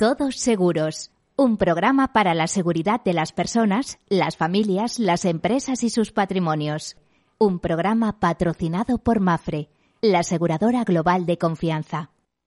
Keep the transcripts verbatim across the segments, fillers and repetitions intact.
Todos Seguros, un programa para la seguridad de las personas, las familias, las empresas y sus patrimonios. Un programa patrocinado por Mapfre, la aseguradora global de confianza.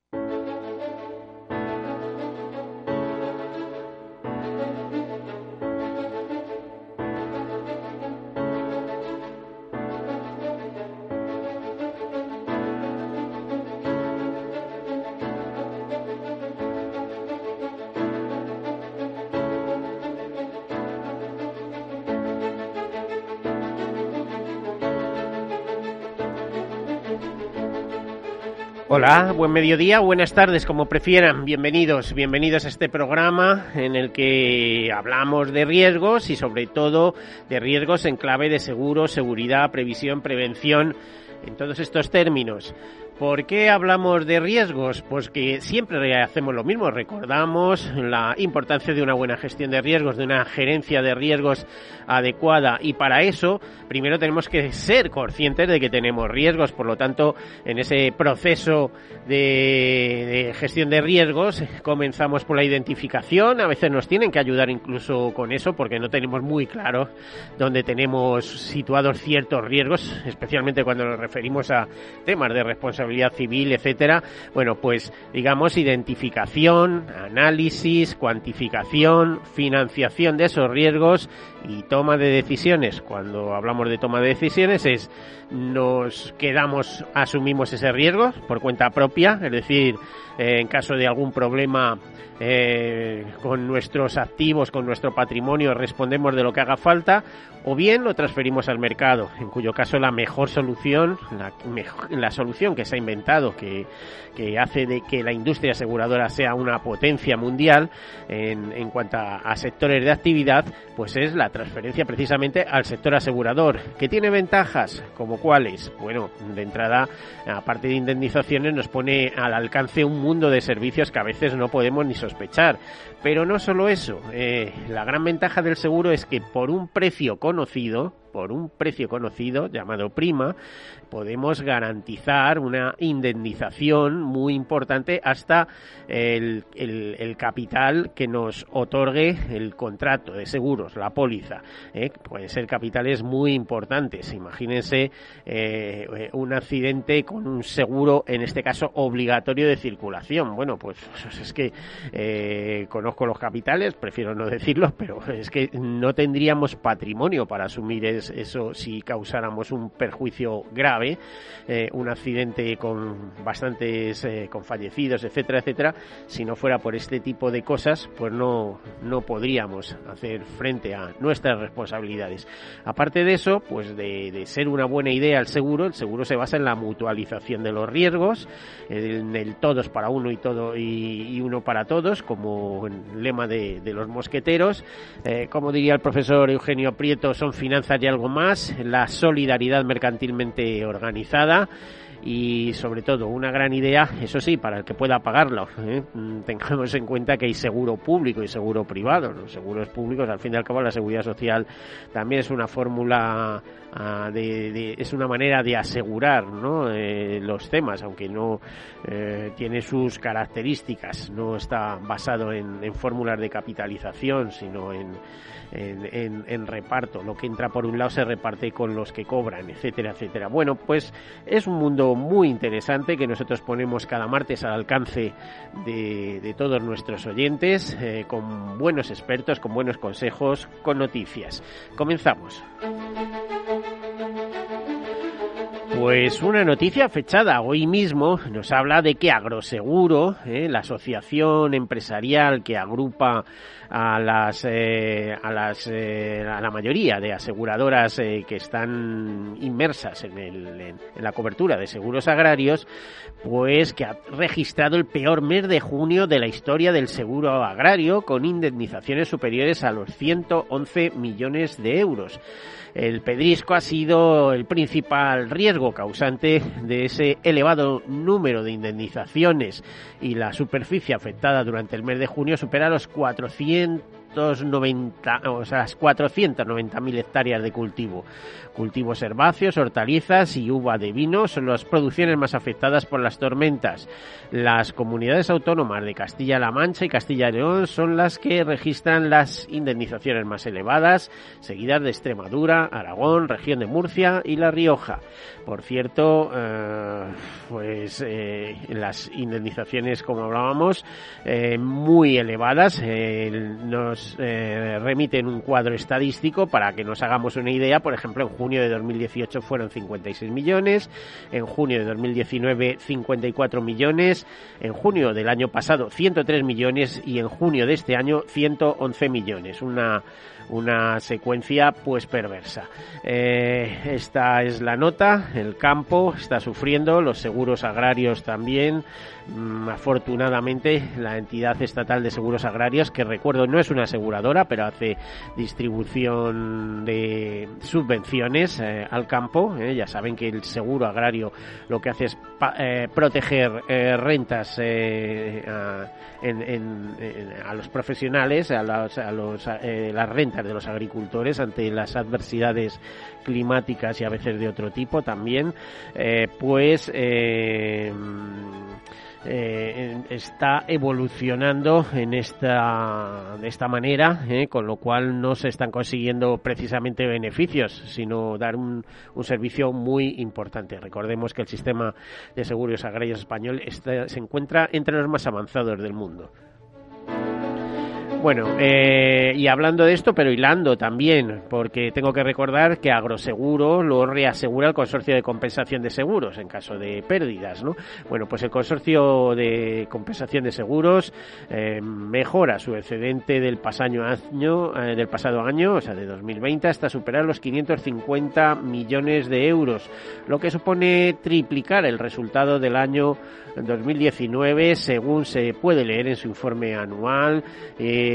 Hola, buen mediodía, buenas tardes, como prefieran. Bienvenidos, bienvenidos a este programa en el que hablamos de riesgos y sobre todo de riesgos en clave de seguro, seguridad, previsión, prevención, en todos estos términos. ¿Por qué hablamos de riesgos? Pues que siempre hacemos lo mismo, recordamos la importancia de una buena gestión de riesgos, de una gerencia de riesgos adecuada, y para eso primero tenemos que ser conscientes de que tenemos riesgos. Por lo tanto, en ese proceso de, de gestión de riesgos comenzamos por la identificación. A veces nos tienen que ayudar incluso con eso porque no tenemos muy claro dónde tenemos situados ciertos riesgos, especialmente cuando nos referimos a temas de responsabilidad civil, etcétera. Bueno, pues digamos identificación, análisis, cuantificación, financiación de esos riesgos y toma de decisiones. Cuando hablamos de toma de decisiones es nos quedamos, asumimos ese riesgo por cuenta propia, es decir, eh, en caso de algún problema eh, con nuestros activos, con nuestro patrimonio, respondemos de lo que haga falta, o bien lo transferimos al mercado, en cuyo caso la mejor solución, la, mejor, la solución que se ha inventado, que, que hace de que la industria aseguradora sea una potencia mundial en, en cuanto a, a sectores de actividad, pues es la transferencia precisamente al sector asegurador, que tiene ventajas, como cuáles. Bueno, de entrada, aparte de indemnizaciones, nos pone al alcance un mundo de servicios que a veces no podemos ni sospechar. Pero no solo eso, eh, la gran ventaja del seguro es que por un precio conocido, por un precio conocido, llamado prima, podemos garantizar una indemnización muy importante hasta el, el, el capital que nos otorgue el contrato de seguros, la póliza. ¿eh? Pueden ser capitales muy importantes. Imagínense eh, un accidente con un seguro, en este caso obligatorio de circulación. Bueno, pues es que eh, conozco los capitales, prefiero no decirlos, pero es que no tendríamos patrimonio para asumir eso. Eso si causáramos un perjuicio grave, eh, un accidente con bastantes, eh, con fallecidos, etcétera, etcétera. Si no fuera por este tipo de cosas, pues no, no podríamos hacer frente a nuestras responsabilidades. Aparte de eso, pues de, de ser una buena idea el seguro, el seguro se basa en la mutualización de los riesgos, en el todos para uno y todo y, y uno para todos, como el lema de, de los mosqueteros. Eh, como diría el profesor Eugenio Prieto, son finanzas y algo más, la solidaridad mercantilmente organizada y sobre todo una gran idea, eso sí, para el que pueda pagarlo. ¿eh? Tengamos en cuenta que hay seguro público y seguro privado. Los seguros públicos, al fin y al cabo, la seguridad social también es una fórmula, uh, de, de, es una manera de asegurar, ¿no? eh, los temas, aunque no eh, tiene sus características, no está basado en, en fórmulas de capitalización, sino en En, en, en reparto. Lo que entra por un lado se reparte con los que cobran, etcétera, etcétera. Bueno, pues es un mundo muy interesante que nosotros ponemos cada martes al alcance de, de todos nuestros oyentes, eh, con buenos expertos, con buenos consejos, con noticias. Comenzamos. Pues una noticia fechada hoy mismo nos habla de que Agroseguro, eh, la asociación empresarial que agrupa a las eh, a las eh, a la mayoría de aseguradoras eh, que están inmersas en, el, en, en la cobertura de seguros agrarios, pues que ha registrado el peor mes de junio de la historia del seguro agrario, con indemnizaciones superiores a los ciento once millones de euros. El pedrisco ha sido el principal riesgo causante de ese elevado número de indemnizaciones, y la superficie afectada durante el mes de junio supera los cuatrocientos trescientos noventa, o sea, cuatrocientas noventa mil hectáreas de cultivo. Cultivos herbáceos, hortalizas y uva de vino son las producciones más afectadas por las tormentas. Las comunidades autónomas de Castilla-La Mancha y Castilla y León son las que registran las indemnizaciones más elevadas, seguidas de Extremadura, Aragón, región de Murcia y La Rioja. Por cierto, eh, pues eh, las indemnizaciones, como hablábamos, eh, muy elevadas, eh, nos eh, remiten un cuadro estadístico para que nos hagamos una idea. Por ejemplo, en junio de dos mil dieciocho fueron cincuenta y seis millones, en junio de dos mil diecinueve cincuenta y cuatro millones, en junio del año pasado ciento tres millones y en junio de este año ciento once millones. Una una secuencia pues perversa. Eh, esta es la nota. El campo está sufriendo, los seguros agrarios también. Mm, afortunadamente la entidad estatal de seguros agrarios, que recuerdo no es una aseguradora, pero hace distribución de subvenciones eh, al campo. Eh, ya saben que el seguro agrario lo que hace es pa- eh, proteger eh, rentas eh, a, en, en, en, a los profesionales, a, los, a los, eh, las rentas de los agricultores ante las adversidades climáticas y a veces de otro tipo también, eh, pues eh, eh, está evolucionando en esta de esta manera, eh, con lo cual no se están consiguiendo precisamente beneficios, sino dar un, un servicio muy importante. Recordemos que el sistema de seguros agrarios español está, se encuentra entre los más avanzados del mundo. Bueno, eh, y hablando de esto, pero hilando también, porque tengo que recordar que Agroseguro lo reasegura el Consorcio de Compensación de Seguros en caso de pérdidas, ¿no? Bueno, pues el Consorcio de Compensación de Seguros eh, mejora su excedente del pasado año, eh, del pasado año, o sea, de dos mil veinte, hasta superar los quinientos cincuenta millones de euros, lo que supone triplicar el resultado del año dos mil diecinueve, según se puede leer en su informe anual, eh,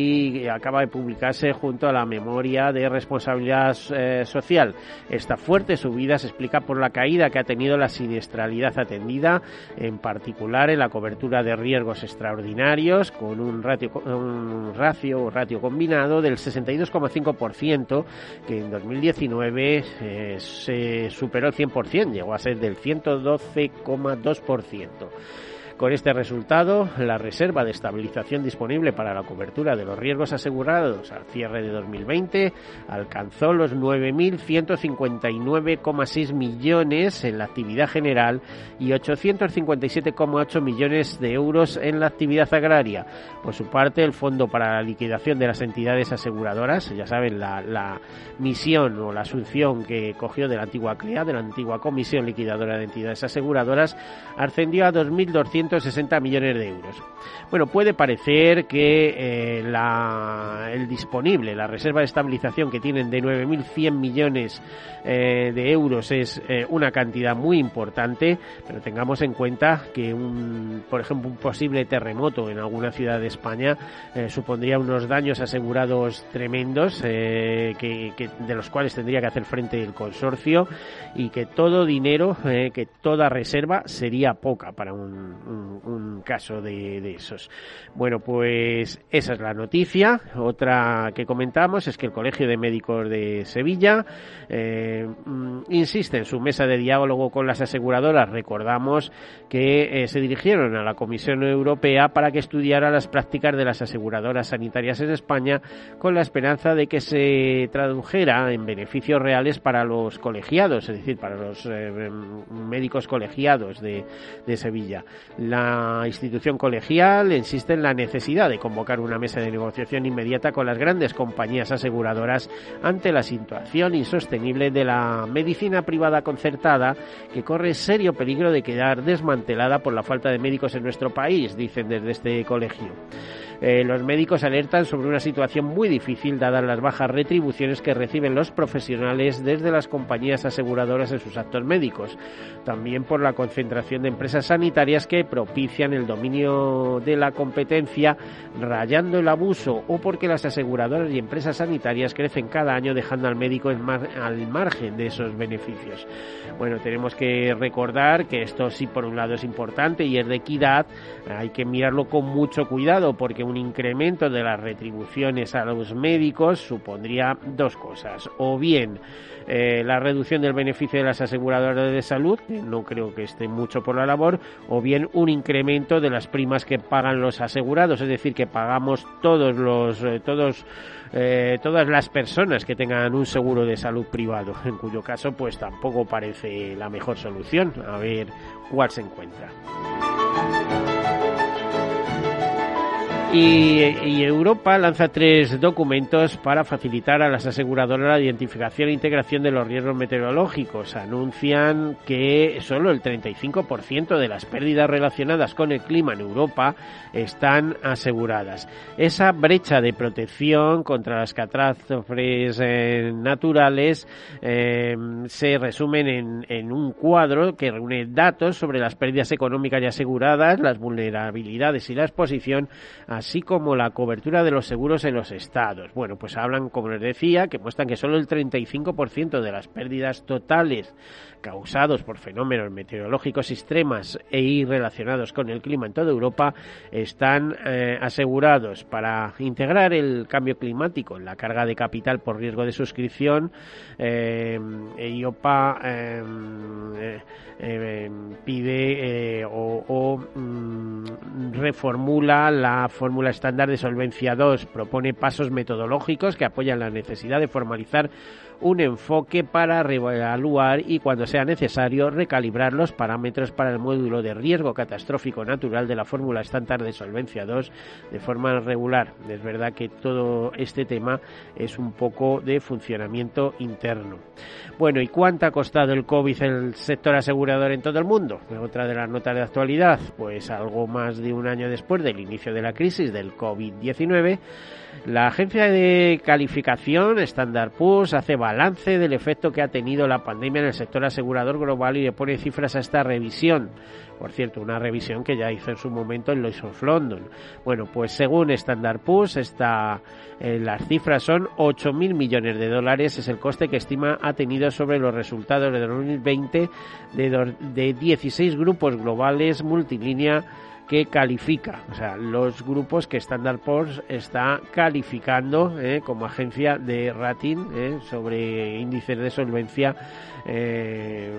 y acaba de publicarse junto a la memoria de responsabilidad eh, social. Esta fuerte subida se explica por la caída que ha tenido la siniestralidad atendida, en particular en la cobertura de riesgos extraordinarios, con un ratio, un ratio, ratio combinado del sesenta y dos coma cinco por ciento, que en dos mil diecinueve eh, se superó el cien por ciento, llegó a ser del ciento doce coma dos por ciento. Con este resultado, la reserva de estabilización disponible para la cobertura de los riesgos asegurados al cierre de dos mil veinte alcanzó los nueve mil ciento cincuenta y nueve coma seis millones en la actividad general y ochocientos cincuenta y siete coma ocho millones de euros en la actividad agraria. Por su parte, el Fondo para la Liquidación de las Entidades Aseguradoras, ya saben, la, la misión o la asunción que cogió de la antigua C L E A, de la antigua Comisión Liquidadora de Entidades Aseguradoras, ascendió a dos mil doscientos sesenta millones de euros. Bueno, puede parecer que eh, la, el disponible, la reserva de estabilización que tienen de nueve mil cien millones eh, de euros es eh, una cantidad muy importante, pero tengamos en cuenta que, un, por ejemplo, un posible terremoto en alguna ciudad de España eh, supondría unos daños asegurados tremendos, eh, que, que, de los cuales tendría que hacer frente el consorcio, y que todo dinero, eh, que toda reserva sería poca para un, un, un caso de, de esos. Bueno, pues esa es la noticia. Otra que comentamos es que el Colegio de Médicos de Sevilla eh, insiste en su mesa de diálogo con las aseguradoras. Recordamos que eh, se dirigieron a la Comisión Europea para que estudiara las prácticas de las aseguradoras sanitarias en España, con la esperanza de que se tradujera en beneficios reales para los colegiados, es decir, para los eh, médicos colegiados de, de Sevilla. La institución colegial insiste en la necesidad de convocar una mesa de negociación inmediata con las grandes compañías aseguradoras ante la situación insostenible de la medicina privada concertada, que corre serio peligro de quedar desmantelada por la falta de médicos en nuestro país, dicen desde este colegio. Eh, los médicos alertan sobre una situación muy difícil dadas las bajas retribuciones que reciben los profesionales desde las compañías aseguradoras en sus actos médicos. También por la concentración de empresas sanitarias que propician el dominio de la competencia, rayando el abuso, o porque las aseguradoras y empresas sanitarias crecen cada año dejando al médico en mar- al margen de esos beneficios. Bueno, tenemos que recordar que esto sí, por un lado, es importante y es de equidad. Hay que mirarlo con mucho cuidado, porque un incremento de las retribuciones a los médicos supondría dos cosas: o bien eh, la reducción del beneficio de las aseguradoras de salud, que no creo que esté mucho por la labor, o bien un incremento de las primas que pagan los asegurados, es decir, que pagamos todos los eh, todos eh, todas las personas que tengan un seguro de salud privado, en cuyo caso pues tampoco parece la mejor solución. A ver cuál se encuentra. Y, y Europa lanza tres documentos para facilitar a las aseguradoras la identificación e integración de los riesgos meteorológicos. Anuncian que solo el treinta y cinco por ciento de las pérdidas relacionadas con el clima en Europa están aseguradas. Esa brecha de protección contra las catástrofes eh, naturales eh, se resumen en, en un cuadro que reúne datos sobre las pérdidas económicas ya aseguradas, las vulnerabilidades y la exposición, así como la cobertura de los seguros en los estados. Bueno, pues hablan, como les decía, que muestran que solo el treinta y cinco por ciento de las pérdidas totales causados por fenómenos meteorológicos extremos e irrelacionados con el clima en toda Europa están eh, asegurados. Para integrar el cambio climático en la carga de capital por riesgo de suscripción, eh, I O P A eh, eh, eh, pide eh, o, o mm, reformula la fórmula estándar de solvencia dos, propone pasos metodológicos que apoyan la necesidad de formalizar un enfoque para reevaluar y, cuando sea necesario, recalibrar los parámetros para el módulo de riesgo catastrófico natural de la fórmula estándar de solvencia dos de forma regular. Es verdad que todo este tema es un poco de funcionamiento interno. Bueno, ¿y cuánto ha costado el COVID en el sector asegurador en todo el mundo? Otra de las notas de actualidad, pues algo más de un año después del inicio de la crisis del COVID diecinueve, la agencia de calificación Standard and Poor's hace balance del efecto que ha tenido la pandemia en el sector asegurador global y le pone cifras a esta revisión. Por cierto, una revisión que ya hizo en su momento en Lloyd's of London. Bueno, pues según Standard and Poor's, esta, eh, las cifras son ocho mil millones de dólares, es el coste que estima ha tenido sobre los resultados de dos mil veinte de, do, de dieciséis grupos globales multilínea que califica, o sea, los grupos que Standard and Poor's está calificando eh, como agencia de rating eh, sobre índices de solvencia eh,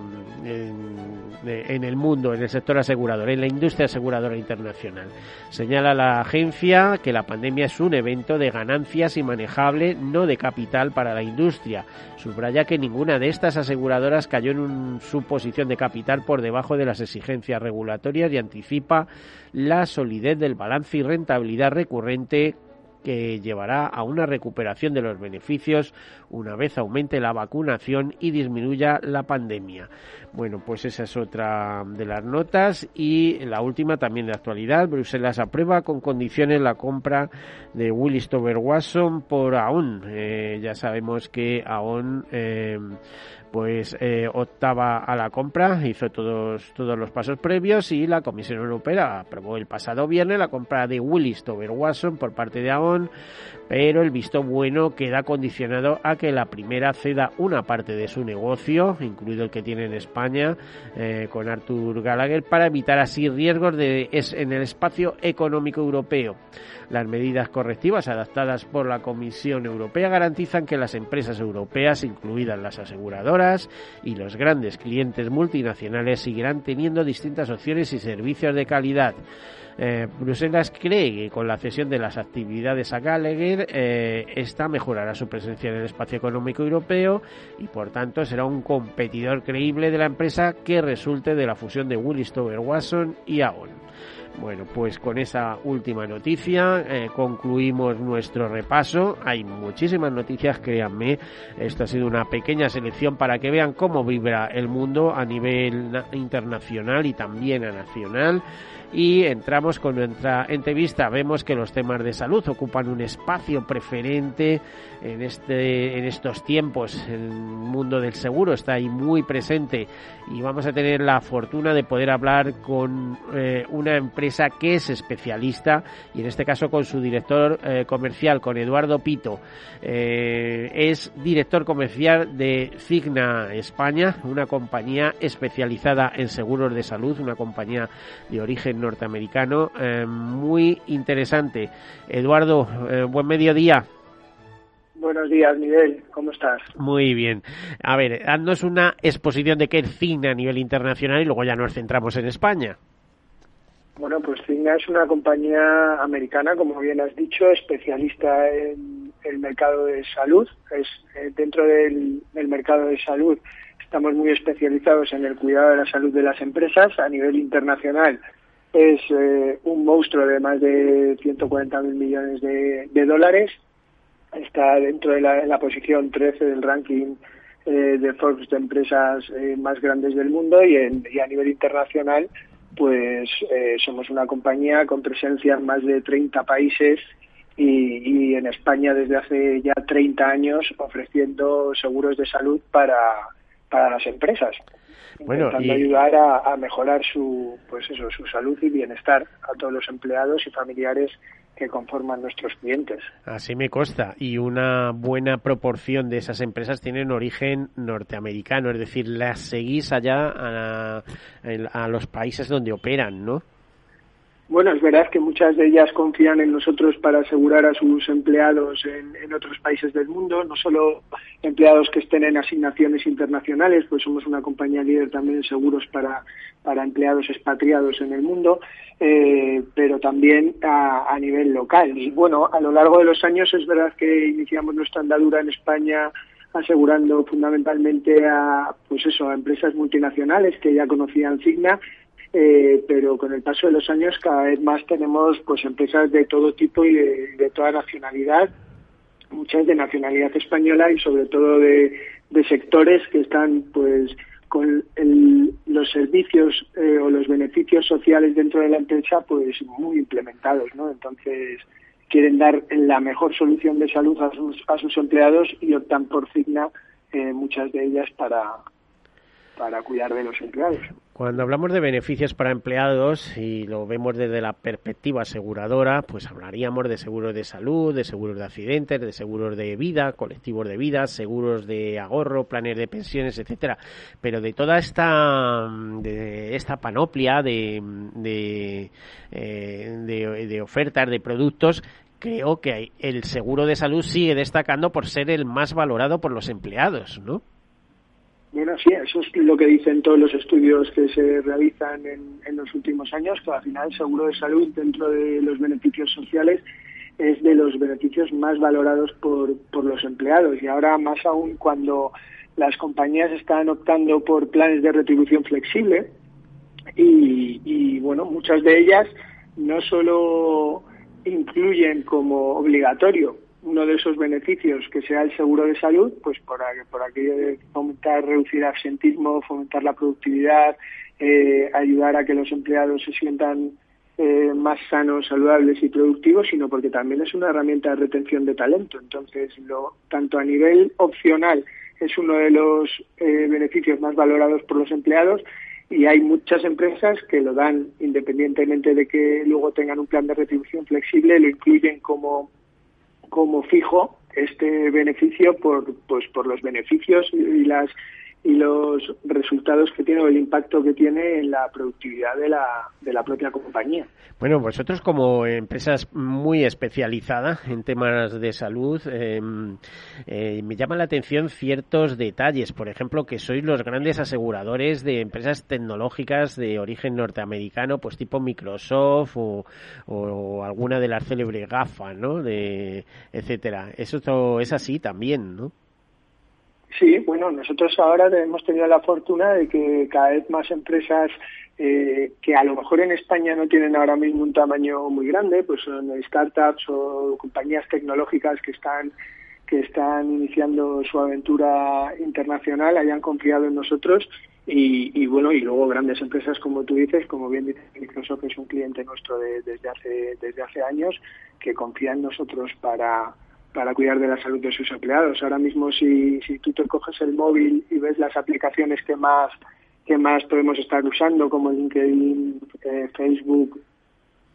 en, en el mundo, en el sector asegurador, en la industria aseguradora internacional. Señala la agencia que la pandemia es un evento de ganancias inmanejable, no de capital para la industria. Subraya que ninguna de estas aseguradoras cayó en un, su posición de capital por debajo de las exigencias regulatorias y anticipa la solidez del balance y rentabilidad recurrente que llevará a una recuperación de los beneficios una vez aumente la vacunación y disminuya la pandemia. Bueno, pues esa es otra de las notas. Y la última, también de actualidad: Bruselas aprueba con condiciones la compra de Willis Towers Watson por Aon. Eh, ya sabemos que Aon eh, pues eh, optaba a la compra, hizo todos todos los pasos previos, y la Comisión Europea aprobó el pasado viernes la compra de Willis Towers Watson por parte de Aon, pero el visto bueno queda condicionado a que la primera ceda una parte de su negocio, incluido el que tiene en España eh, con Arthur Gallagher, para evitar así riesgos de, es, en el espacio económico europeo. Las medidas correctivas adaptadas por la Comisión Europea garantizan que las empresas europeas, incluidas las aseguradoras y los grandes clientes multinacionales, seguirán teniendo distintas opciones y servicios de calidad. Eh, Bruselas cree que con la cesión de las actividades a Gallagher, eh, esta mejorará su presencia en el espacio económico europeo y, por tanto, será un competidor creíble de la empresa que resulte de la fusión de Willis Towers Watson y Aon. Bueno, pues con esa última noticia eh, concluimos nuestro repaso. Hay muchísimas noticias, créanme. Esto ha sido una pequeña selección para que vean cómo vibra el mundo a nivel na- internacional y también a nacional. Y entramos con nuestra entrevista. Vemos que los temas de salud ocupan un espacio preferente en este en estos tiempos. El mundo del seguro está ahí muy presente y vamos a tener la fortuna de poder hablar con eh, una empresa empresa que es especialista, y en este caso con su director eh, comercial, con Eduardo Pito. Eh, es director comercial de Cigna España, una compañía especializada en seguros de salud, una compañía de origen norteamericano, eh, muy interesante. Eduardo, eh, buen mediodía. Buenos días, Miguel. ¿Cómo estás? Muy bien. A ver, haznos una exposición de qué es Cigna a nivel internacional y luego ya nos centramos en España. Bueno, pues Cigna es una compañía americana, como bien has dicho, especialista en el mercado de salud. Es eh, dentro del, del mercado de salud estamos muy especializados en el cuidado de la salud de las empresas. A nivel internacional es eh, un monstruo de más de ciento cuarenta mil millones de, de dólares. Está dentro de la, en la posición trece del ranking eh, de Forbes de empresas eh, más grandes del mundo, y, en, y a nivel internacional pues eh, somos una compañía con presencia en más de treinta países y, y en España desde hace ya treinta años ofreciendo seguros de salud para, para las empresas, bueno, intentando y... ayudar a, a mejorar su pues eso su salud y bienestar a todos los empleados y familiares que conforman nuestros clientes. Así me consta, y una buena proporción de esas empresas tienen origen norteamericano, es decir, las seguís allá a, a los países donde operan, ¿no? Bueno, es verdad que muchas de ellas confían en nosotros para asegurar a sus empleados en, en otros países del mundo, no solo empleados que estén en asignaciones internacionales, pues somos una compañía líder también en seguros para, para empleados expatriados en el mundo, eh, pero también a, a nivel local. Y bueno, a lo largo de los años es verdad que iniciamos nuestra andadura en España asegurando fundamentalmente a, pues eso, a empresas multinacionales que ya conocían Cigna. Eh, pero con el paso de los años cada vez más tenemos pues empresas de todo tipo y de, de toda nacionalidad, muchas de nacionalidad española y sobre todo de, de sectores que están pues con el, los servicios eh, o los beneficios sociales dentro de la empresa pues muy implementados, ¿no? Entonces quieren dar la mejor solución de salud a sus, a sus empleados y optan por Cigna, eh, muchas de ellas para para cuidar de los empleados. Cuando hablamos de beneficios para empleados y lo vemos desde la perspectiva aseguradora, pues hablaríamos de seguros de salud, de seguros de accidentes, de seguros de vida, colectivos de vida, seguros de ahorro, planes de pensiones, etcétera. Pero de toda esta de esta panoplia de de, eh, de, de ofertas, de productos, creo que el seguro de salud sigue destacando por ser el más valorado por los empleados, ¿no? Bueno, sí, eso es lo que dicen todos los estudios que se realizan en, en los últimos años, que al final el seguro de salud dentro de los beneficios sociales es de los beneficios más valorados por, por los empleados, y ahora más aún cuando las compañías están optando por planes de retribución flexible y, y bueno, muchas de ellas no solo incluyen como obligatorio uno de esos beneficios que sea el seguro de salud, pues por, por aquello de fomentar, reducir el absentismo, fomentar la productividad, eh, ayudar a que los empleados se sientan eh, más sanos, saludables y productivos, sino porque también es una herramienta de retención de talento. Entonces, lo, tanto a nivel opcional es uno de los eh, beneficios más valorados por los empleados, y hay muchas empresas que lo dan independientemente de que luego tengan un plan de retribución flexible, lo incluyen como como fijo este beneficio por pues por los beneficios y las y los resultados que tiene o el impacto que tiene en la productividad de la de la propia compañía. Bueno, vosotros como empresas muy especializadas en temas de salud, eh, eh, me llama la atención ciertos detalles. Por ejemplo, que sois los grandes aseguradores de empresas tecnológicas de origen norteamericano, pues tipo Microsoft o, o alguna de las célebres GAFA, ¿no? De etcétera. Eso es así también, ¿no? Sí, bueno, nosotros ahora hemos tenido la fortuna de que cada vez más empresas eh, que a lo mejor en España no tienen ahora mismo un tamaño muy grande, pues son startups o compañías tecnológicas que están que están iniciando su aventura internacional, hayan confiado en nosotros y, y bueno, y luego grandes empresas como tú dices, como bien dice Microsoft, es un cliente nuestro de, desde hace desde hace años, que confía en nosotros para para cuidar de la salud de sus empleados. Ahora mismo si, si tú te coges el móvil y ves las aplicaciones que más que más podemos estar usando, como LinkedIn, eh, Facebook,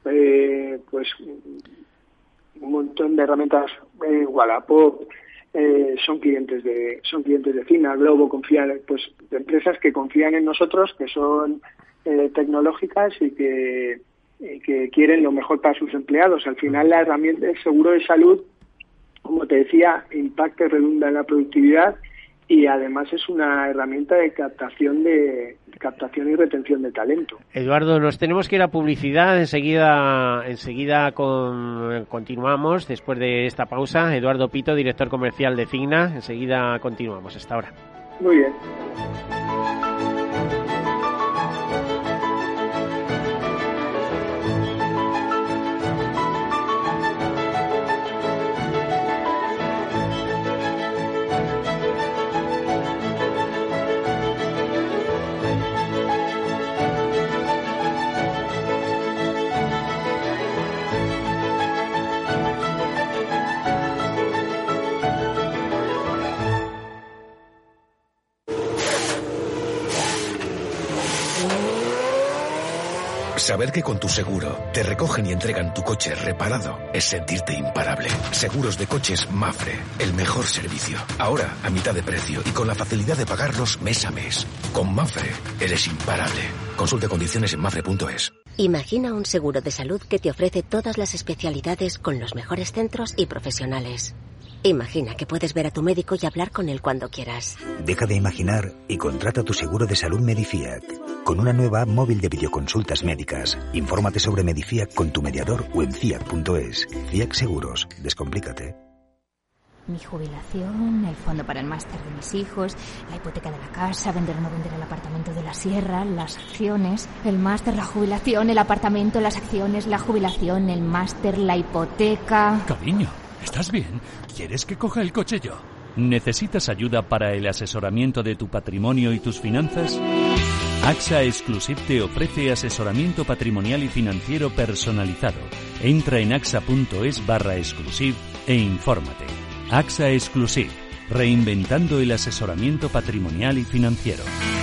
eh, pues un montón de herramientas, eh, Wallapop, eh, son clientes de son clientes de Cigna. Globo confían, pues de empresas que confían en nosotros, que son eh, tecnológicas y que y que quieren lo mejor para sus empleados. Al final la herramienta del seguro de salud, como te decía, impacta y redunda en la productividad, y además es una herramienta de captación de captación y retención de talento. Eduardo, nos tenemos que ir a publicidad, enseguida enseguida con, continuamos después de esta pausa. Eduardo Pito, director comercial de Cigna, enseguida continuamos. Hasta ahora. Muy bien. Saber que con tu seguro te recogen y entregan tu coche reparado es sentirte imparable. Seguros de coches Mapfre, el mejor servicio. Ahora a mitad de precio y con la facilidad de pagarlos mes a mes. Con Mapfre eres imparable. Consulte condiciones en mapfre punto es. Imagina un seguro de salud que te ofrece todas las especialidades con los mejores centros y profesionales. Imagina que puedes ver a tu médico y hablar con él cuando quieras. Deja de imaginar y contrata tu seguro de salud Medifiac. Con una nueva app móvil de videoconsultas médicas. Infórmate sobre Medifiac con tu mediador o en fiac punto es. Fiac Seguros. Descomplícate. Mi jubilación, el fondo para el máster de mis hijos, la hipoteca de la casa, vender o no vender el apartamento de la sierra, las acciones, el máster, la jubilación, el apartamento, las acciones, la jubilación, el máster, la hipoteca... Cariño, ¿estás bien? ¿Quieres que coja el coche yo? ¿Necesitas ayuda para el asesoramiento de tu patrimonio y tus finanzas? AXA Exclusive te ofrece asesoramiento patrimonial y financiero personalizado. Entra en axa punto es barra exclusive e infórmate. AXA Exclusive, reinventando el asesoramiento patrimonial y financiero.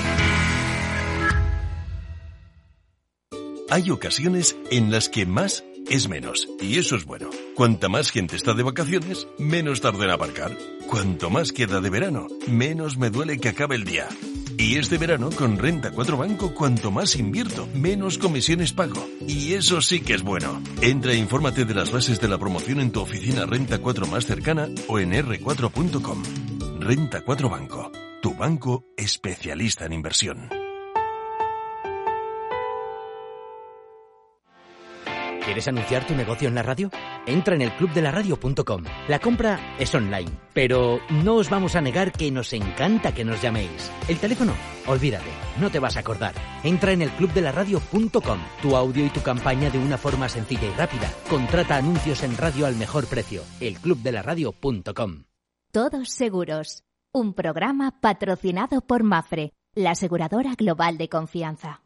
Hay ocasiones en las que más es menos, y eso es bueno. Cuanta más gente está de vacaciones, menos tarda en aparcar. Cuanto más queda de verano, menos me duele que acabe el día. Y este verano, con Renta cuatro Banco, cuanto más invierto, menos comisiones pago. Y eso sí que es bueno. Entra e infórmate de las bases de la promoción en tu oficina Renta cuatro más cercana o en erre cuatro punto com. Renta cuatro Banco, tu banco especialista en inversión. ¿Quieres anunciar tu negocio en la radio? Entra en el club de la radio punto com. La compra es online, pero no os vamos a negar que nos encanta que nos llaméis. El teléfono, olvídate, no te vas a acordar. Entra en el club de la radio punto com. Tu audio y tu campaña de una forma sencilla y rápida. Contrata anuncios en radio al mejor precio. el club de la radio punto com. Todos seguros. Un programa patrocinado por Mapfre, la aseguradora global de confianza.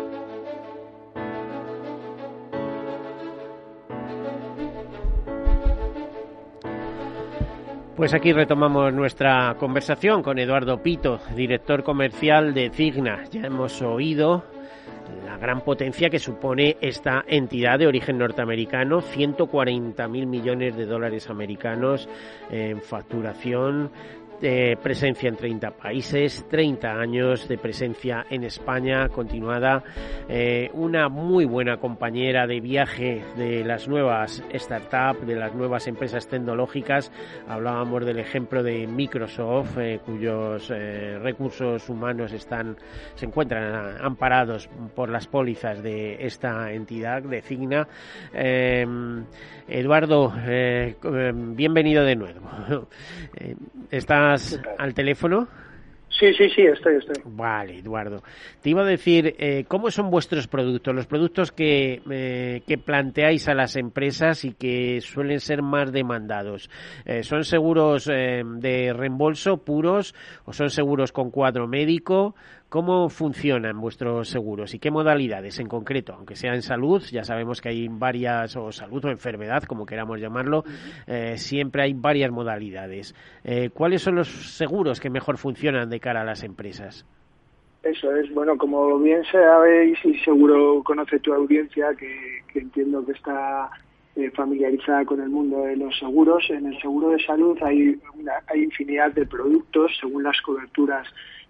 Pues aquí retomamos nuestra conversación con Eduardo Pito, director comercial de Cigna. Ya hemos oído la gran potencia que supone esta entidad de origen norteamericano, ciento cuarenta mil millones de dólares americanos en facturación, de presencia en treinta países, treinta años de presencia en España continuada, eh, una muy buena compañera de viaje de las nuevas startups, de las nuevas empresas tecnológicas. Hablábamos del ejemplo de Microsoft, eh, cuyos eh, recursos humanos están se encuentran amparados por las pólizas de esta entidad de Cigna. Eh, Eduardo, eh, bienvenido de nuevo. Eh, ¿Estás al teléfono? Sí, sí, sí, estoy, estoy. Vale, Eduardo. Te iba a decir, eh, ¿cómo son vuestros productos? Los productos que, eh, que planteáis a las empresas y que suelen ser más demandados. Eh, ¿Son seguros eh, de reembolso puros o son seguros con cuadro médico? ¿Cómo funcionan vuestros seguros y qué modalidades en concreto? Aunque sea en salud, ya sabemos que hay varias, o salud o enfermedad, como queramos llamarlo, eh, siempre hay varias modalidades. Eh, ¿Cuáles son los seguros que mejor funcionan de cara a las empresas? Eso es, bueno, como bien sabéis y seguro conoce tu audiencia, que, que entiendo que está eh, familiarizada con el mundo de los seguros, en el seguro de salud hay, una, hay infinidad de productos según las coberturas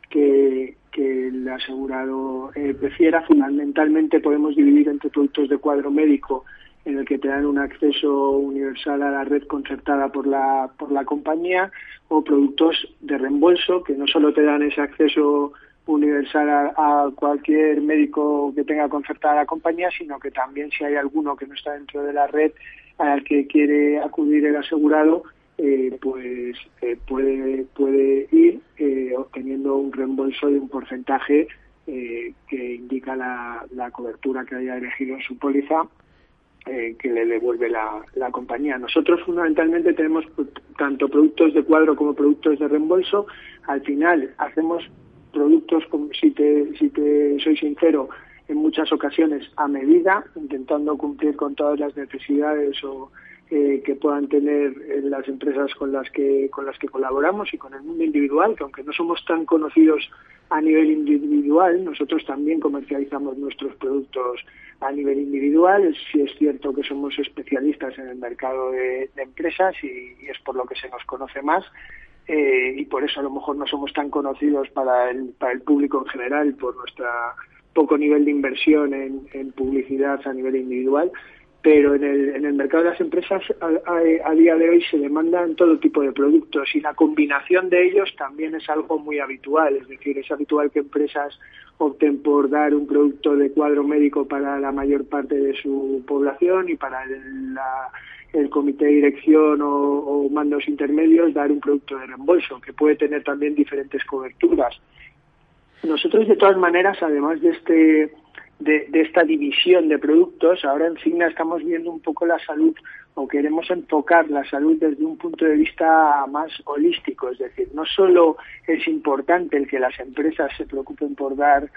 que, que el asegurado eh, prefiera. Fundamentalmente podemos dividir entre productos de cuadro médico, en el que te dan un acceso universal a la red concertada por la por la compañía, o productos de reembolso, que no solo te dan ese acceso universal a, a cualquier médico que tenga concertada la compañía, sino que también, si hay alguno que no está dentro de la red al que quiere acudir el asegurado, eh, pues eh, puede puede ir eh, obteniendo un reembolso de un porcentaje eh, que indica la, la cobertura que haya elegido en su póliza, Eh, que le devuelve la, la compañía. Nosotros fundamentalmente tenemos tanto productos de cuadro como productos de reembolso. Al final hacemos productos, como si te, si te soy sincero, en muchas ocasiones a medida, intentando cumplir con todas las necesidades o eh, que puedan tener las empresas con las que con las que colaboramos, y con el mundo individual, que aunque no somos tan conocidos a nivel individual, nosotros también comercializamos nuestros productos a nivel individual. Sí es cierto que somos especialistas en el mercado de, de empresas y, y es por lo que se nos conoce más, eh, y por eso a lo mejor no somos tan conocidos para el, para el público en general, por nuestra poco nivel de inversión en, en publicidad a nivel individual. Pero en el, en el mercado de las empresas a, a, a día de hoy se demandan todo tipo de productos, y la combinación de ellos también es algo muy habitual. Es decir, es habitual que empresas opten por dar un producto de cuadro médico para la mayor parte de su población, y para el, la, el comité de dirección o, o mandos intermedios dar un producto de reembolso, que puede tener también diferentes coberturas. Nosotros, de todas maneras, además de este De, de esta división de productos, ahora en Cigna estamos viendo un poco la salud, o queremos enfocar la salud desde un punto de vista más holístico. Es decir, no solo es importante el que las empresas se preocupen por dar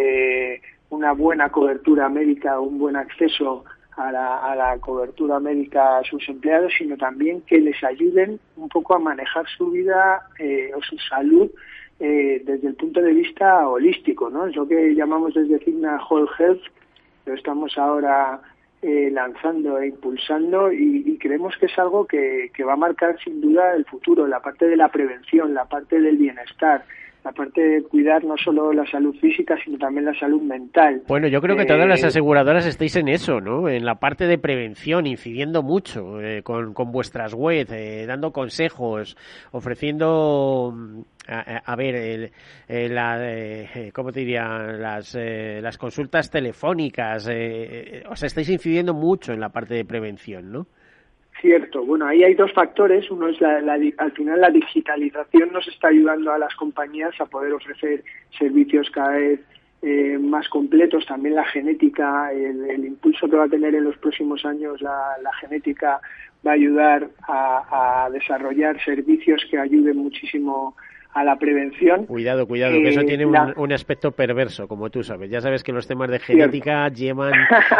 eh, una buena cobertura médica o un buen acceso a la, a la cobertura médica a sus empleados, sino también que les ayuden un poco a manejar su vida eh, o su salud Eh, desde el punto de vista holístico, ¿no? Es lo que llamamos desde Cigna Whole Health. Lo estamos ahora eh, lanzando e impulsando, y, y creemos que es algo que, que va a marcar sin duda el futuro, la parte de la prevención, la parte del bienestar, la parte de cuidar no solo la salud física, sino también la salud mental. Bueno, yo creo que eh, todas las aseguradoras estáis en eso, ¿no? En la parte de prevención, incidiendo mucho eh, con, con vuestras webs, eh, dando consejos, ofreciendo, a, a ver, el, el, la, eh, ¿cómo te diría? Las, eh, las consultas telefónicas. Eh, o sea, estáis incidiendo mucho en la parte de prevención, ¿no? Cierto. Bueno, ahí hay dos factores. Uno es la, la, al final la digitalización nos está ayudando a las compañías a poder ofrecer servicios cada vez eh, más completos. También la genética, el, el impulso que va a tener en los próximos años la, la genética va a ayudar a, a desarrollar servicios que ayuden muchísimo a la prevención. Cuidado, cuidado, eh, que eso tiene un, la... un aspecto perverso, como tú sabes. Ya sabes que los temas de genética Cierto. llevan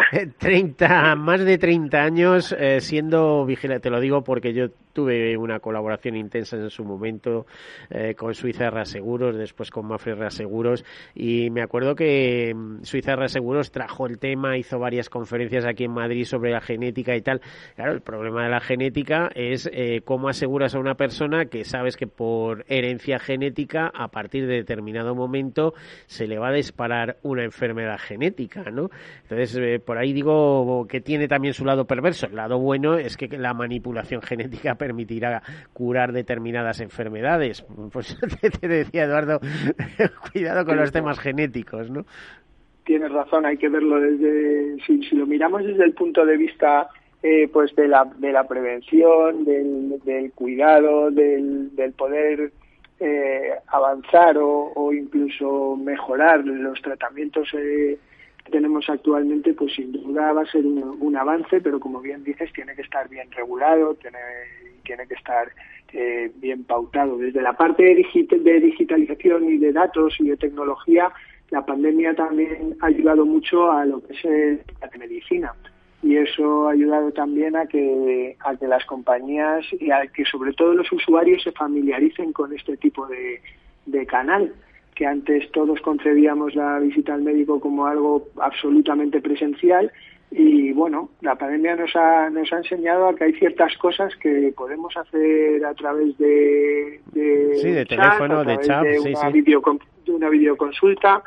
treinta, más de treinta años eh, siendo vigilantes. Te lo digo porque yo tuve una colaboración intensa en su momento eh, con Suiza Reaseguros, después con Mapfre Reaseguros, y me acuerdo que Suiza Reaseguros trajo el tema, hizo varias conferencias aquí en Madrid sobre la genética y tal. Claro, el problema de la genética es eh, cómo aseguras a una persona que sabes que por herencia genética, a partir de determinado momento, se le va a disparar una enfermedad genética, ¿no? Entonces, eh, por ahí digo que tiene también su lado perverso. El lado bueno es que la manipulación genética permitirá curar determinadas enfermedades. Pues te, te decía, Eduardo, cuidado con los temas genéticos, ¿no? Tienes razón, hay que verlo desde, si, si lo miramos desde el punto de vista eh, pues de la de la prevención, del, del cuidado, del, del poder eh, avanzar o, o incluso mejorar los tratamientos eh, que tenemos actualmente, pues sin duda va a ser un, un avance, pero como bien dices, tiene que estar bien regulado, tiene, tiene que estar eh, bien pautado. Desde la parte de, digit- de digitalización y de datos y de tecnología, la pandemia también ha ayudado mucho a lo que es la telemedicina, y eso ha ayudado también a que a que las compañías y a que sobre todo los usuarios se familiaricen con este tipo de, de canal, que antes todos concebíamos la visita al médico como algo absolutamente presencial. Y bueno, la pandemia nos ha nos ha enseñado a que hay ciertas cosas que podemos hacer a través de, de, sí, de chat, teléfono, a de través chat, de sí, una, sí. videocon, de una videoconsulta,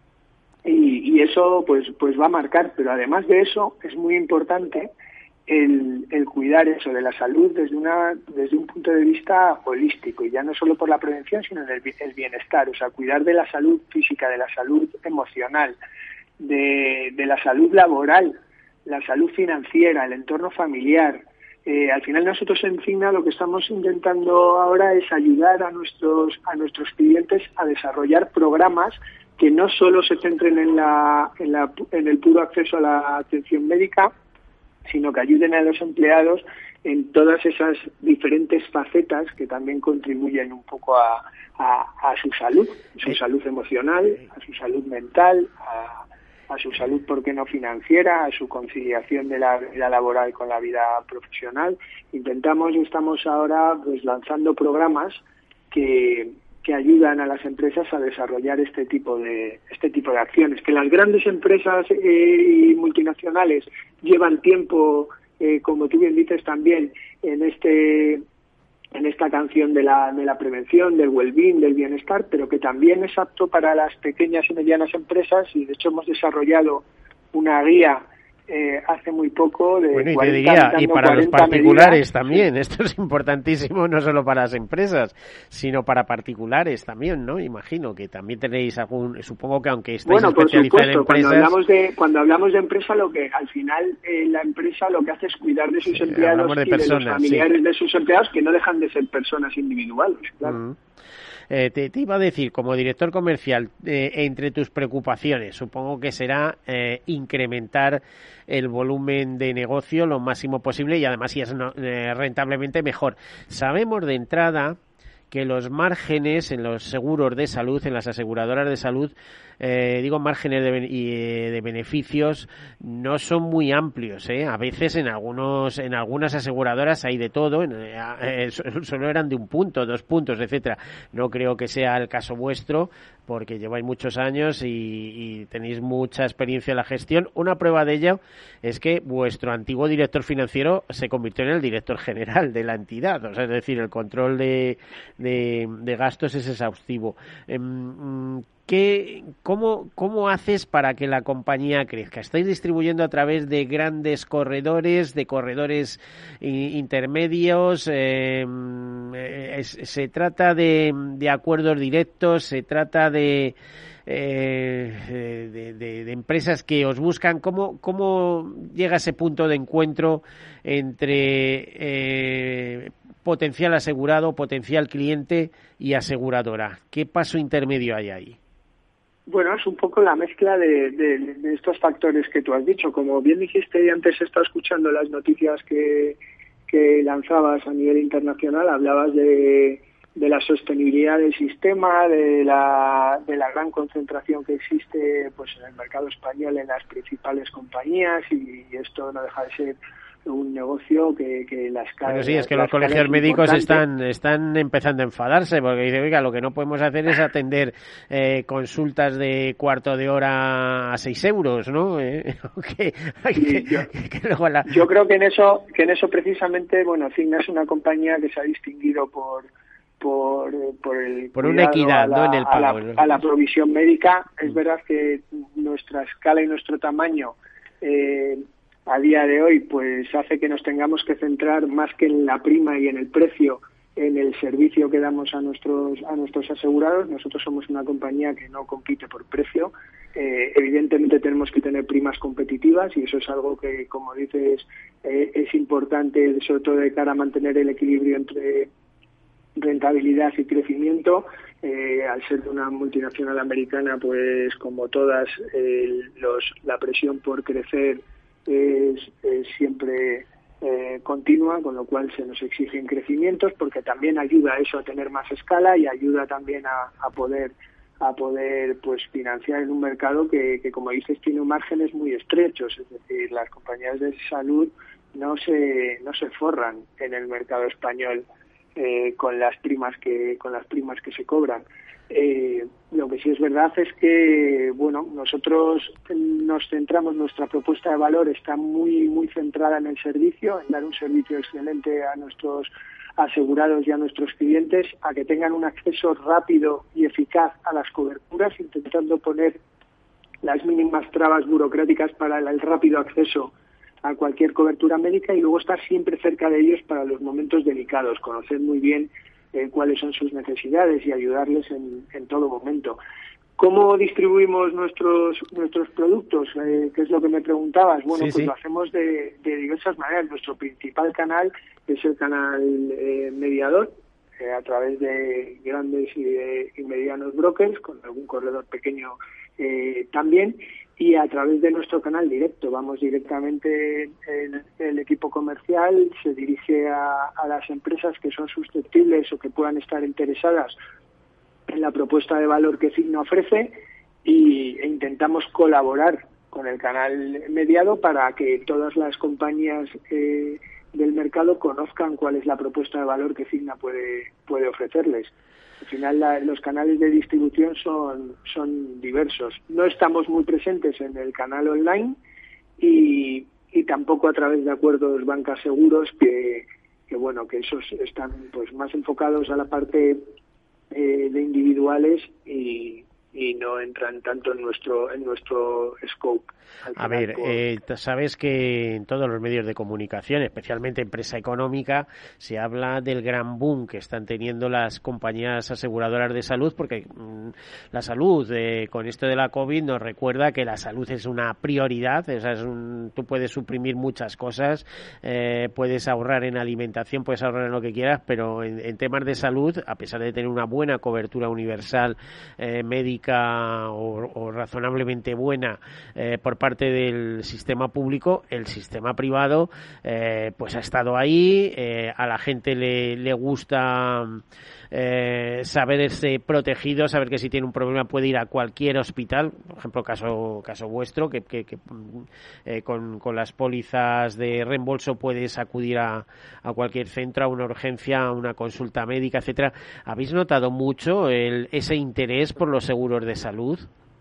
y, y eso pues pues va a marcar. Pero además de eso es muy importante el, el cuidar eso de la salud desde una desde un punto de vista holístico, y ya no solo por la prevención, sino en el, el bienestar. O sea, cuidar de la salud física, de la salud emocional, de, de la salud laboral, la salud financiera, el entorno familiar. Eh, al final nosotros en Cigna lo que estamos intentando ahora es ayudar a nuestros a nuestros clientes a desarrollar programas que no solo se centren en la en la en el puro acceso a la atención médica, sino que ayuden a los empleados en todas esas diferentes facetas que también contribuyen un poco a, a, a su salud, su salud emocional, a su salud mental, a a su salud, ¿por qué no financiera?, a su conciliación de la vida laboral con la vida profesional. Intentamos, estamos ahora pues lanzando programas que, que ayudan a las empresas a desarrollar este tipo de este tipo de acciones. Que las grandes empresas eh, y multinacionales llevan tiempo, eh, como tú bien dices también, en este en esta canción de la de la prevención, del well-being, del bienestar, pero que también es apto para las pequeñas y medianas empresas, y de hecho hemos desarrollado una guía eh, hace muy poco de bueno, y cuarenta, te diría, y para los particulares medidas. también, esto es importantísimo, no solo para las empresas, sino para particulares también, ¿no? Imagino que también tenéis algún, supongo que aunque estáis bueno, especializados en empresas... Cuando hablamos de, cuando hablamos de empresa, lo que al final eh, la empresa lo que hace es cuidar de sus sí, empleados de y personas, de los familiares sí. de sus empleados, que no dejan de ser personas individuales, claro. Mm. Eh, te, te iba a decir, como director comercial, eh, entre tus preocupaciones, supongo que será eh, incrementar el volumen de negocio lo máximo posible y además si es no, eh, rentablemente mejor. Sabemos de entrada que los márgenes en los seguros de salud, en las aseguradoras de salud, eh, digo márgenes de, y, de beneficios, no son muy amplios, ¿eh? A veces en algunos en algunas aseguradoras hay de todo, en, eh, solo eran de un punto, dos puntos, etcétera. No creo que sea el caso vuestro, porque lleváis muchos años y, y tenéis mucha experiencia en la gestión. Una prueba de ello es que vuestro antiguo director financiero se convirtió en el director general de la entidad, o sea, es decir, el control de, de, de gastos es exhaustivo. ¿Qué, cómo, ¿Cómo haces para que la compañía crezca? ¿Estáis distribuyendo a través de grandes corredores, de corredores intermedios? Eh, es, ¿Se trata de, de acuerdos directos? ¿Se trata de, eh, de, de, de empresas que os buscan? ¿Cómo, cómo llega ese punto de encuentro entre eh, potencial asegurado, potencial cliente y aseguradora? ¿Qué paso intermedio hay ahí? Bueno, es un poco la mezcla de, de, de estos factores que tú has dicho. Como bien dijiste, y antes he estado escuchando las noticias que, que lanzabas a nivel internacional, hablabas de, de la sostenibilidad del sistema, de la, de la gran concentración que existe pues en el mercado español en las principales compañías, y, y esto no deja de ser un negocio que, que las cadenas... Bueno, sí, es que los colegios médicos están están empezando a enfadarse porque dicen, oiga, lo que no podemos hacer es atender eh, consultas de cuarto de hora a seis euros, ¿no? Eh, que, sí, que, yo, que luego la... yo creo que en eso que en eso precisamente, bueno, Cigna es una compañía que se ha distinguido por por por el por una equidad, la, ¿no? En el pago, a la, ¿no? a la provisión médica. Es verdad que nuestra escala y nuestro tamaño eh, a día de hoy pues hace que nos tengamos que centrar más que en la prima y en el precio, en el servicio que damos a nuestros a nuestros asegurados. Nosotros somos una compañía que no compite por precio. Eh, evidentemente tenemos que tener primas competitivas y eso es algo que, como dices, eh, es importante, sobre todo de cara a mantener el equilibrio entre rentabilidad y crecimiento. Eh, al ser de una multinacional americana, pues como todas, eh, los, la presión por crecer es, es siempre eh, continua, con lo cual se nos exigen crecimientos, porque también ayuda a eso a tener más escala y ayuda también a, a poder a poder pues financiar en un mercado que, que como dices tiene márgenes muy estrechos. Es decir, las compañías de salud no se no se forran en el mercado español. eh, con las primas que con las primas que se cobran. Eh, lo que sí es verdad es que, bueno, nosotros nos centramos, nuestra propuesta de valor está muy muy centrada en el servicio, en dar un servicio excelente a nuestros asegurados y a nuestros clientes, a que tengan un acceso rápido y eficaz a las coberturas, intentando poner las mínimas trabas burocráticas para el rápido acceso a cualquier cobertura médica, y luego estar siempre cerca de ellos para los momentos delicados, conocer muy bien eh, cuáles son sus necesidades y ayudarles en, en todo momento. ¿Cómo distribuimos nuestros nuestros productos? Eh, ¿Qué es lo que me preguntabas? Bueno, sí, pues sí. lo hacemos de, de diversas maneras. Nuestro principal canal es el canal eh, mediador, eh, a través de grandes y, de, y medianos brokers, con algún corredor pequeño eh, también, y a través de nuestro canal directo. Vamos directamente, el, el equipo comercial se dirige a, a las empresas que son susceptibles o que puedan estar interesadas en la propuesta de valor que Cigna ofrece, y e intentamos colaborar con el canal mediado para que todas las compañías eh, del mercado conozcan cuál es la propuesta de valor que Cigna puede puede ofrecerles. Al final la, los canales de distribución son son diversos. No estamos muy presentes en el canal online y, y tampoco a través de acuerdos bancas seguros, que, que bueno, que esos están pues más enfocados a la parte eh, de individuales y y no entran tanto en nuestro en nuestro scope. A ver, por... eh, sabes que en todos los medios de comunicación, especialmente en prensa económica, se habla del gran boom que están teniendo las compañías aseguradoras de salud, porque mmm, la salud, eh, con esto de la COVID, nos recuerda que la salud es una prioridad. O sea, es un, tú puedes suprimir muchas cosas, eh, puedes ahorrar en alimentación, puedes ahorrar en lo que quieras, pero en, en temas de salud, a pesar de tener una buena cobertura universal eh, médica, O, o razonablemente buena eh, por parte del sistema público, el sistema privado eh, pues ha estado ahí, eh, a la gente le, le gusta eh, saberse protegido, saber que si tiene un problema puede ir a cualquier hospital, por ejemplo caso caso vuestro, que, que, que eh, con, con las pólizas de reembolso puedes acudir a, a cualquier centro, a una urgencia, a una consulta médica, etcétera. ¿Habéis notado mucho el, ese interés por los seguros de salud?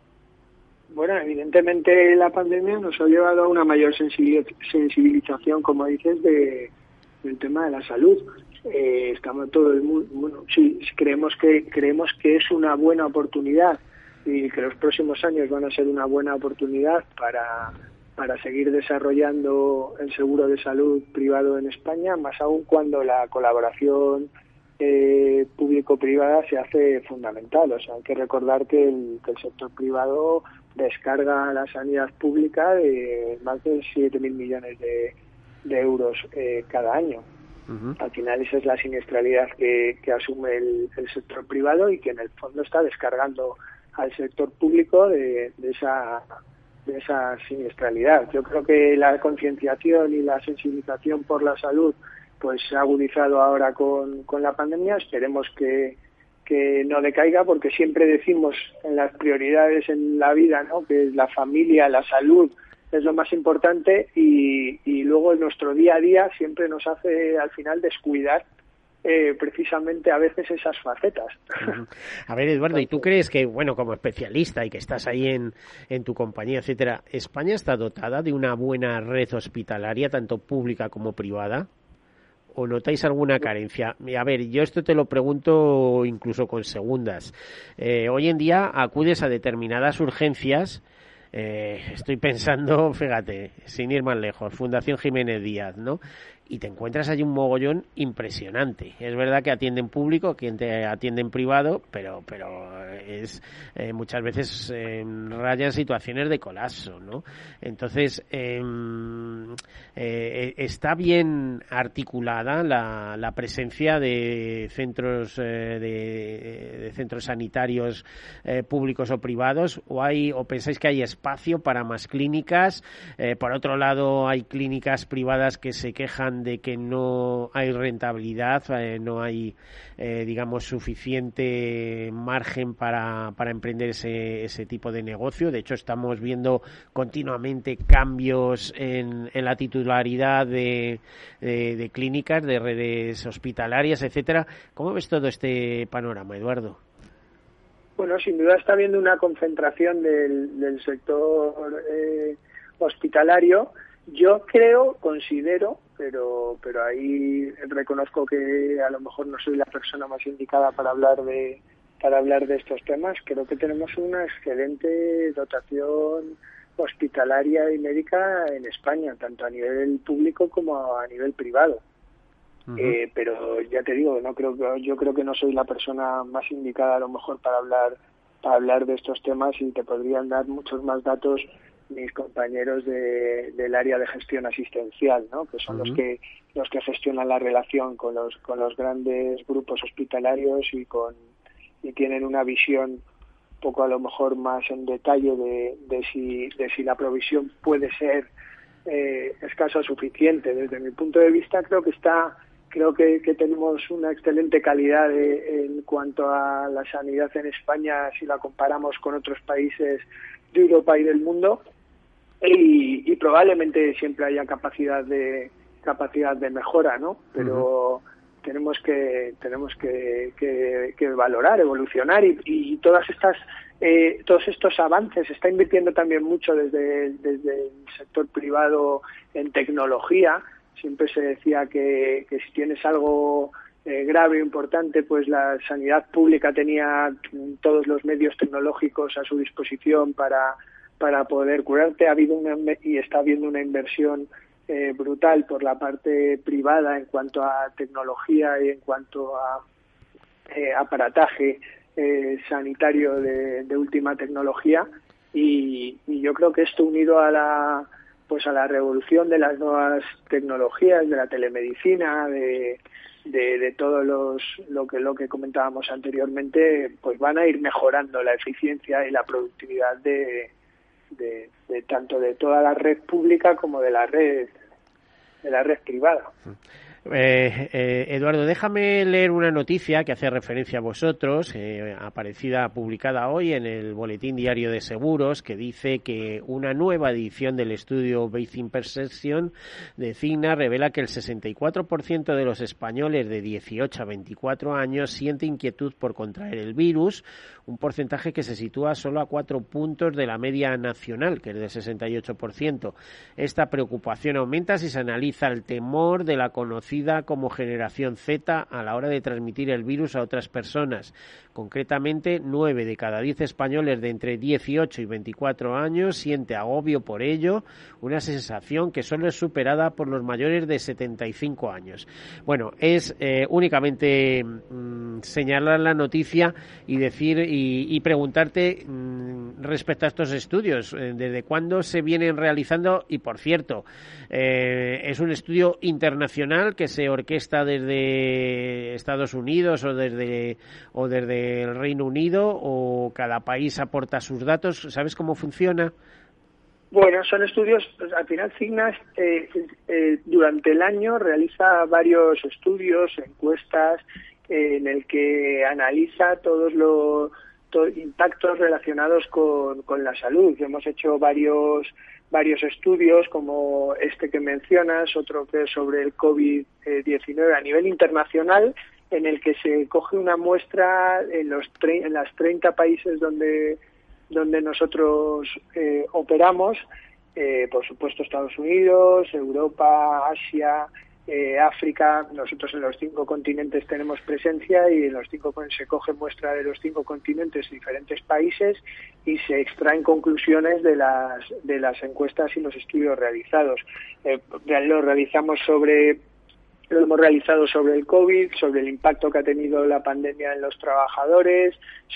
Bueno, evidentemente la pandemia nos ha llevado a una mayor sensibilización, como dices, de, del tema de la salud. Eh, estamos todo el mundo, bueno, sí, creemos que creemos que es una buena oportunidad y que los próximos años van a ser una buena oportunidad para para seguir desarrollando el seguro de salud privado en España, más aún cuando la colaboración Eh, público-privada se hace fundamental. O sea, hay que recordar que el, que el sector privado descarga a la sanidad pública de más de siete mil millones de, de euros eh, cada año. Uh-huh. Al final esa es la siniestralidad que, que asume el, el sector privado y que en el fondo está descargando al sector público de, de esa de esa siniestralidad. Yo creo que la concienciación y la sensibilización por la salud pues se ha agudizado ahora con, con la pandemia. Esperemos que, que no decaiga, porque siempre decimos en las prioridades en la vida, ¿no?, que la familia, la salud es lo más importante, y, y luego en nuestro día a día siempre nos hace al final descuidar eh, precisamente a veces esas facetas. A ver, Eduardo, ¿y tú crees que, bueno, como especialista y que estás ahí en, en tu compañía, etcétera, España está dotada de una buena red hospitalaria, tanto pública como privada? ¿O notáis alguna carencia? A ver, yo esto te lo pregunto incluso con segundas. Eh, hoy en día acudes a determinadas urgencias. Eh, estoy pensando, fíjate, sin ir más lejos, Fundación Jiménez Díaz, ¿no? Y te encuentras allí un mogollón impresionante. Es verdad que atienden público, que te atienden privado, pero pero es eh, muchas veces eh, rayan situaciones de colapso, ¿no? Entonces, eh, eh, está bien articulada la, la presencia de centros eh, de, de centros sanitarios eh, públicos o privados, o hay o pensáis que hay espacio para más clínicas. Eh, por otro lado, hay clínicas privadas que se quejan hablan de que no hay rentabilidad, eh, no hay, eh, digamos, suficiente margen para, para emprender ese, ese tipo de negocio. De hecho, estamos viendo continuamente cambios en, en la titularidad de, de, de clínicas, de redes hospitalarias, etcétera. ¿Cómo ves todo este panorama, Eduardo? Bueno, sin duda está habiendo una concentración del, del sector eh, hospitalario. Yo creo, considero, pero pero ahí reconozco que a lo mejor no soy la persona más indicada para hablar de para hablar de estos temas. Creo que tenemos una excelente dotación hospitalaria y médica en España, tanto a nivel público como a nivel privado. Uh-huh. Eh, pero ya te digo, no creo que yo creo que no soy la persona más indicada a lo mejor para hablar para hablar de estos temas, y te podrían dar muchos más datos mis compañeros de, del área de gestión asistencial, ¿no? Que son uh-huh. los que los que gestionan la relación con los con los grandes grupos hospitalarios y con y tienen una visión un poco a lo mejor más en detalle de, de si de si la provisión puede ser eh, escasa o suficiente. Desde mi punto de vista creo que está Creo que, que tenemos una excelente calidad de, en cuanto a la sanidad en España si la comparamos con otros países de Europa y del mundo, y, y probablemente siempre haya capacidad de capacidad de mejora, ¿no? Pero uh-huh. tenemos que tenemos que, que, que valorar, evolucionar y, y todas estas eh, todos estos avances. Se está invirtiendo también mucho desde desde el sector privado en tecnología. Siempre se decía que, que si tienes algo eh, grave o importante, pues la sanidad pública tenía todos los medios tecnológicos a su disposición para, para poder curarte. Ha habido una, y está habiendo una inversión eh, brutal por la parte privada en cuanto a tecnología y en cuanto a eh, aparataje eh, sanitario de, de última tecnología. Y, y yo creo que esto, unido a la pues a la revolución de las nuevas tecnologías, de la telemedicina, de, de, de todo los, lo que lo que comentábamos anteriormente, pues van a ir mejorando la eficiencia y la productividad de, de, de tanto de toda la red pública como de la red de la red privada. Eh, eh, Eduardo, déjame leer una noticia que hace referencia a vosotros, eh, aparecida, publicada hoy en el Boletín Diario de Seguros, que dice que una nueva edición del estudio Basic Perception de Cigna revela que el sesenta y cuatro por ciento de los españoles de dieciocho a veinticuatro años siente inquietud por contraer el virus, un porcentaje que se sitúa solo a cuatro puntos de la media nacional, que es del sesenta y ocho por ciento. Esta preocupación aumenta si se analiza el temor de la conocida como generación Z a la hora de transmitir el virus a otras personas. Concretamente, nueve de cada diez españoles de entre dieciocho y veinticuatro años siente agobio por ello, una sensación que solo es superada por los mayores de setenta y cinco años. Bueno, es eh, únicamente mmm, señalar la noticia y decir y, y preguntarte mmm, respecto a estos estudios, eh, desde cuándo se vienen realizando. Y por cierto, eh, es un estudio internacional que se orquesta desde Estados Unidos o desde o desde el Reino Unido, o cada país aporta sus datos. ¿Sabes cómo funciona? Bueno, son estudios, pues, al final Cigna eh, eh, durante el año realiza varios estudios, encuestas, eh, en el que analiza todos los to, impactos relacionados con, con la salud. Hemos hecho varios varios estudios, como este que mencionas, otro que es sobre el COVID diecinueve a nivel internacional, en el que se coge una muestra en los tre- en las treinta países donde donde nosotros eh, operamos, eh, por supuesto Estados Unidos, Europa, Asia, eh, África. Nosotros en los cinco continentes tenemos presencia, y en los cinco se coge muestra de los cinco continentes, diferentes países, y se extraen conclusiones de las de las encuestas y los estudios realizados. Eh, lo realizamos sobre Lo hemos realizado sobre el COVID, sobre el impacto que ha tenido la pandemia en los trabajadores,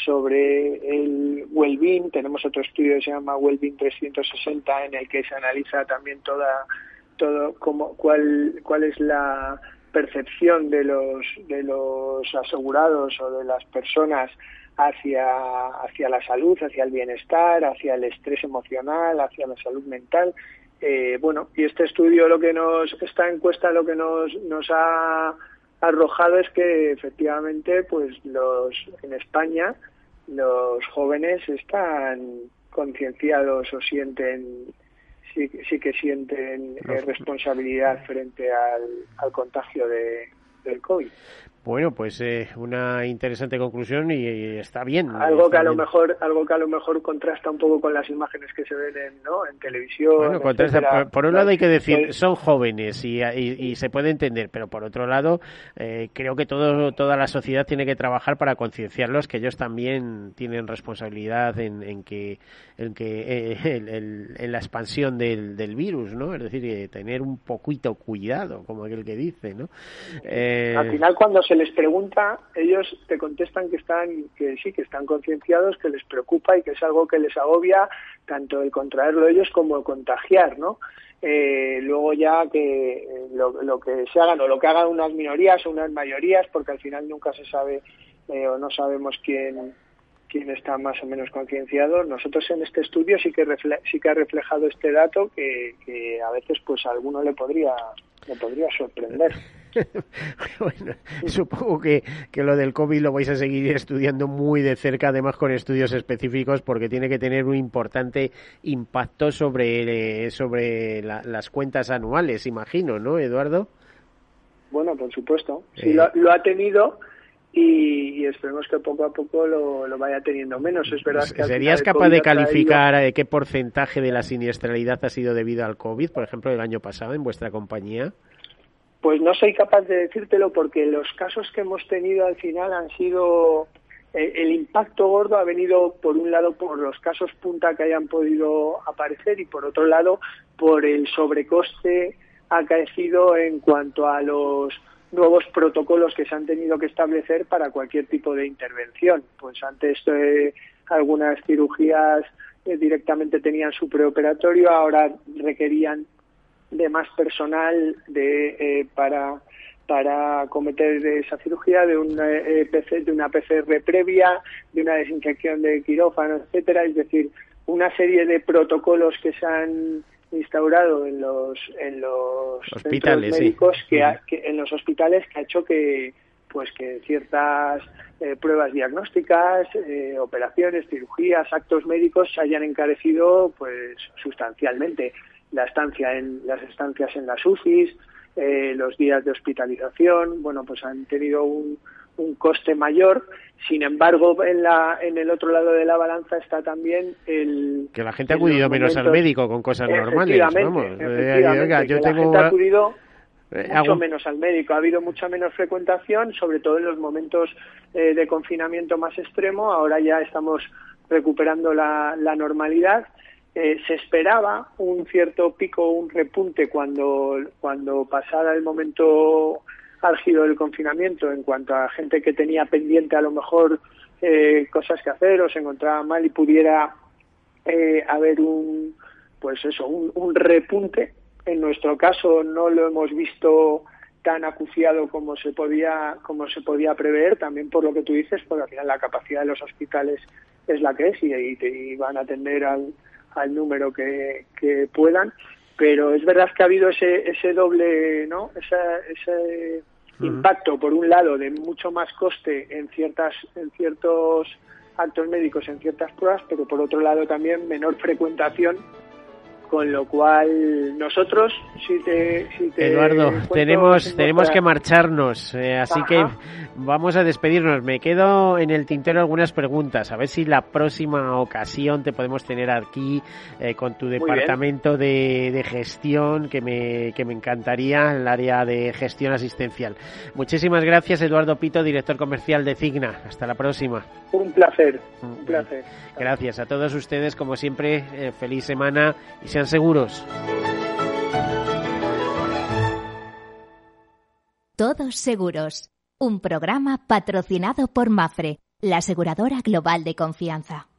sobre el well-being. Tenemos otro estudio que se llama well-being trescientos sesenta, en el que se analiza también toda todo cómo, cuál cuál es la percepción de los de los asegurados o de las personas hacia hacia la salud, hacia el bienestar, hacia el estrés emocional, hacia la salud mental. Eh, bueno, y este estudio, lo que nos, esta encuesta lo que nos, nos ha arrojado es que efectivamente, pues los, en España, los jóvenes están concienciados o sienten, sí, sí que sienten eh, responsabilidad frente al, al contagio de, del COVID. Bueno, pues eh, una interesante conclusión y, y está bien. Algo está que a lo bien. mejor, algo que a lo mejor contrasta un poco con las imágenes que se ven en, ¿no? en televisión. Bueno, contrasta. Por, por un lado hay que decir, pues, son jóvenes y, y, y se puede entender, pero por otro lado eh, creo que todo, toda la sociedad tiene que trabajar para concienciarlos que ellos también tienen responsabilidad en, en que, en que eh, el, el, en la expansión del, del virus, ¿no? Es decir, eh, tener un poquito cuidado, como aquel que dice, ¿no? Eh, Al final, cuando se les pregunta, ellos te contestan que están, que sí, que están concienciados, que les preocupa y que es algo que les agobia tanto el contraerlo ellos como el contagiar, ¿no? Eh, luego ya que lo, lo que se hagan o lo que hagan unas minorías o unas mayorías, porque al final nunca se sabe eh, o no sabemos quién quién está más o menos concienciado. Nosotros en este estudio sí que refle- sí que ha reflejado este dato que, que a veces pues a alguno le podría le podría sorprender. Bueno, supongo que, que lo del COVID lo vais a seguir estudiando muy de cerca, además con estudios específicos, porque tiene que tener un importante impacto sobre, eh, sobre la, las cuentas anuales, imagino, ¿no, Eduardo? Bueno, por supuesto. Sí, Eh. lo, lo ha tenido y, y esperemos que poco a poco lo, lo vaya teniendo menos. Es verdad que al ¿Serías final el capaz COVID de ha traído- calificar eh, qué porcentaje de la siniestralidad ha sido debido al COVID, por ejemplo, el año pasado en vuestra compañía? Pues no soy capaz de decírtelo porque los casos que hemos tenido al final han sido... Eh, el impacto gordo ha venido, por un lado, por los casos punta que hayan podido aparecer y, por otro lado, por el sobrecoste acaecido en cuanto a los nuevos protocolos que se han tenido que establecer para cualquier tipo de intervención. Pues antes eh, algunas cirugías eh, directamente tenían su preoperatorio, ahora requerían de más personal de eh, para para cometer esa cirugía, de una eh, P C, de una P C R previa, de una desinfección de quirófano, etcétera. Es decir, una serie de protocolos que se han instaurado en los en los Hospitales, centros médicos sí. que, ha, que en los hospitales que ha hecho que pues que ciertas eh, pruebas diagnósticas, eh, operaciones, cirugías, actos médicos se hayan encarecido pues sustancialmente. La estancia en las estancias en las U C Is, eh, los días de hospitalización, bueno, pues han tenido un, un coste mayor. Sin embargo, en la en el otro lado de la balanza está también el que la gente ha acudido menos al médico con cosas normales, vamos. Efectivamente, Oiga, yo que tengo la gente ha acudido Eh, mucho hago- menos al médico. Ha habido mucha menos frecuentación, sobre todo en los momentos eh, de confinamiento más extremo. Ahora ya estamos recuperando la, la normalidad. Eh, se esperaba un cierto pico, un repunte cuando, cuando pasara el momento álgido del confinamiento en cuanto a gente que tenía pendiente a lo mejor eh, cosas que hacer o se encontraba mal y pudiera eh, haber un, pues eso, un, un repunte. En nuestro caso no lo hemos visto tan acuciado como se podía como se podía prever, también por lo que tú dices, porque al final la capacidad de los hospitales es la que es y, y, y van a atender al, al número que, que puedan, pero es verdad que ha habido ese ese doble, ¿no? Ese, ese uh-huh. impacto, por un lado, de mucho más coste en ciertas en ciertos actos médicos, en ciertas pruebas, pero por otro lado también menor frecuentación. Con lo cual nosotros, si te, si te Eduardo, cuento, tenemos tenemos para... que marcharnos, eh, así Ajá. que vamos a despedirnos. Me quedo en el tintero algunas preguntas, a ver si la próxima ocasión te podemos tener aquí eh, con tu departamento de, de gestión, que me, que me encantaría, el área de gestión asistencial. Muchísimas gracias, Eduardo Pito, director comercial de Cigna. Hasta la próxima. Un placer, un placer. Gracias a todos ustedes, como siempre, eh, feliz semana y sean seguros. Todos Seguros, un programa patrocinado por Mapfre, la aseguradora global de confianza.